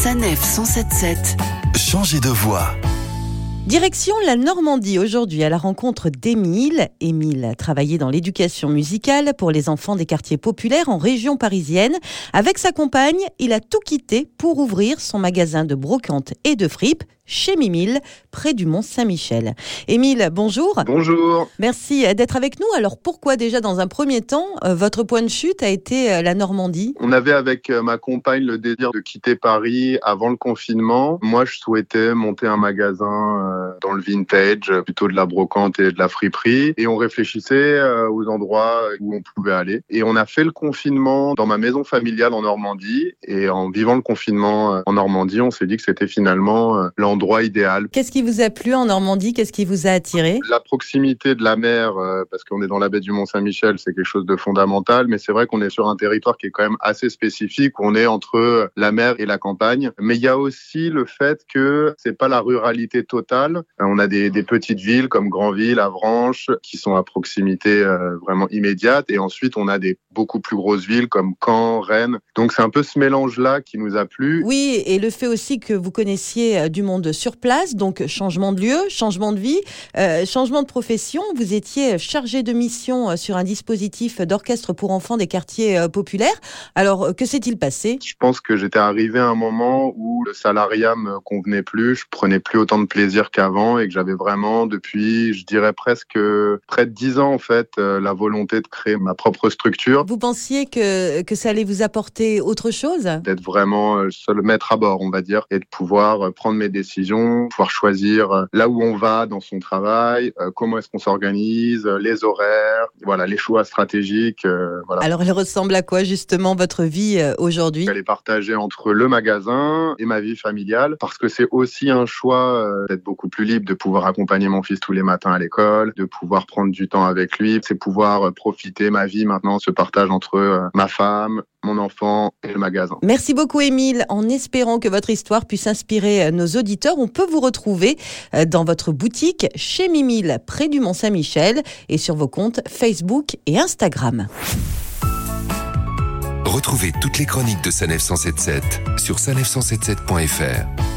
Sanef 177. Changez de voix. Direction la Normandie aujourd'hui à la rencontre d'Émile. Émile travaillait dans l'éducation musicale pour les enfants des quartiers populaires en région parisienne. Avec sa compagne, il a tout quitté pour ouvrir son magasin de brocante et de fripes chez Mimile, près du Mont-Saint-Michel. Émile, bonjour. Bonjour. Merci d'être avec nous. Alors pourquoi déjà dans un premier temps, votre point de chute a été la Normandie ? On avait avec ma compagne le désir de quitter Paris avant le confinement. Moi, je souhaitais monter un magasin dans le vintage, plutôt de la brocante et de la friperie. Et on réfléchissait aux endroits où on pouvait aller. Et on a fait le confinement dans ma maison familiale en Normandie. Et en vivant le confinement en Normandie, on s'est dit que c'était finalement l'endroit idéal. Qu'est-ce qui vous a plu en Normandie ? Qu'est-ce qui vous a attiré ? La proximité de la mer, parce qu'on est dans la baie du Mont-Saint-Michel, c'est quelque chose de fondamental. Mais c'est vrai qu'on est sur un territoire qui est quand même assez spécifique. On est entre la mer et la campagne. Mais il y a aussi le fait que c'est pas la ruralité totale. On a des petites villes comme Granville, Avranches, qui sont à proximité vraiment immédiate. Et ensuite, on a des beaucoup plus grosses villes comme Caen, Rennes. Donc c'est un peu ce mélange-là qui nous a plu. Oui, et le fait aussi que vous connaissiez du monde sur place, donc changement de lieu, changement de vie, changement de profession. Vous étiez chargé de mission sur un dispositif d'orchestre pour enfants des quartiers populaires. Alors, que s'est-il passé ? Je pense que j'étais arrivé à un moment où le salariat me convenait plus, je prenais plus autant de plaisir qu'avant et que j'avais vraiment, depuis, je dirais presque près de 10 ans en fait, la volonté de créer ma propre structure. Vous pensiez que ça allait vous apporter autre chose ? D'être vraiment seul maître à bord, on va dire, et de pouvoir prendre mes décisions, pouvoir choisir là où on va dans son travail, comment est-ce qu'on s'organise, les horaires, voilà, les choix stratégiques. Voilà. Alors, elle ressemble à quoi justement votre vie aujourd'hui ? Elle est partagée entre le magasin et ma vie familiale, parce que c'est aussi un choix d'être beaucoup plus libre, de pouvoir accompagner mon fils tous les matins à l'école, de pouvoir prendre du temps avec lui, c'est pouvoir profiter. Ma vie maintenant se partage entre ma femme, mon enfant et le magasin. Merci beaucoup Émile. En espérant que votre histoire puisse inspirer nos auditeurs, on peut vous retrouver dans votre boutique chez Mimile, près du Mont-Saint-Michel, et sur vos comptes Facebook et Instagram. Retrouvez toutes les chroniques de Sanef 177 sur sanef177.fr.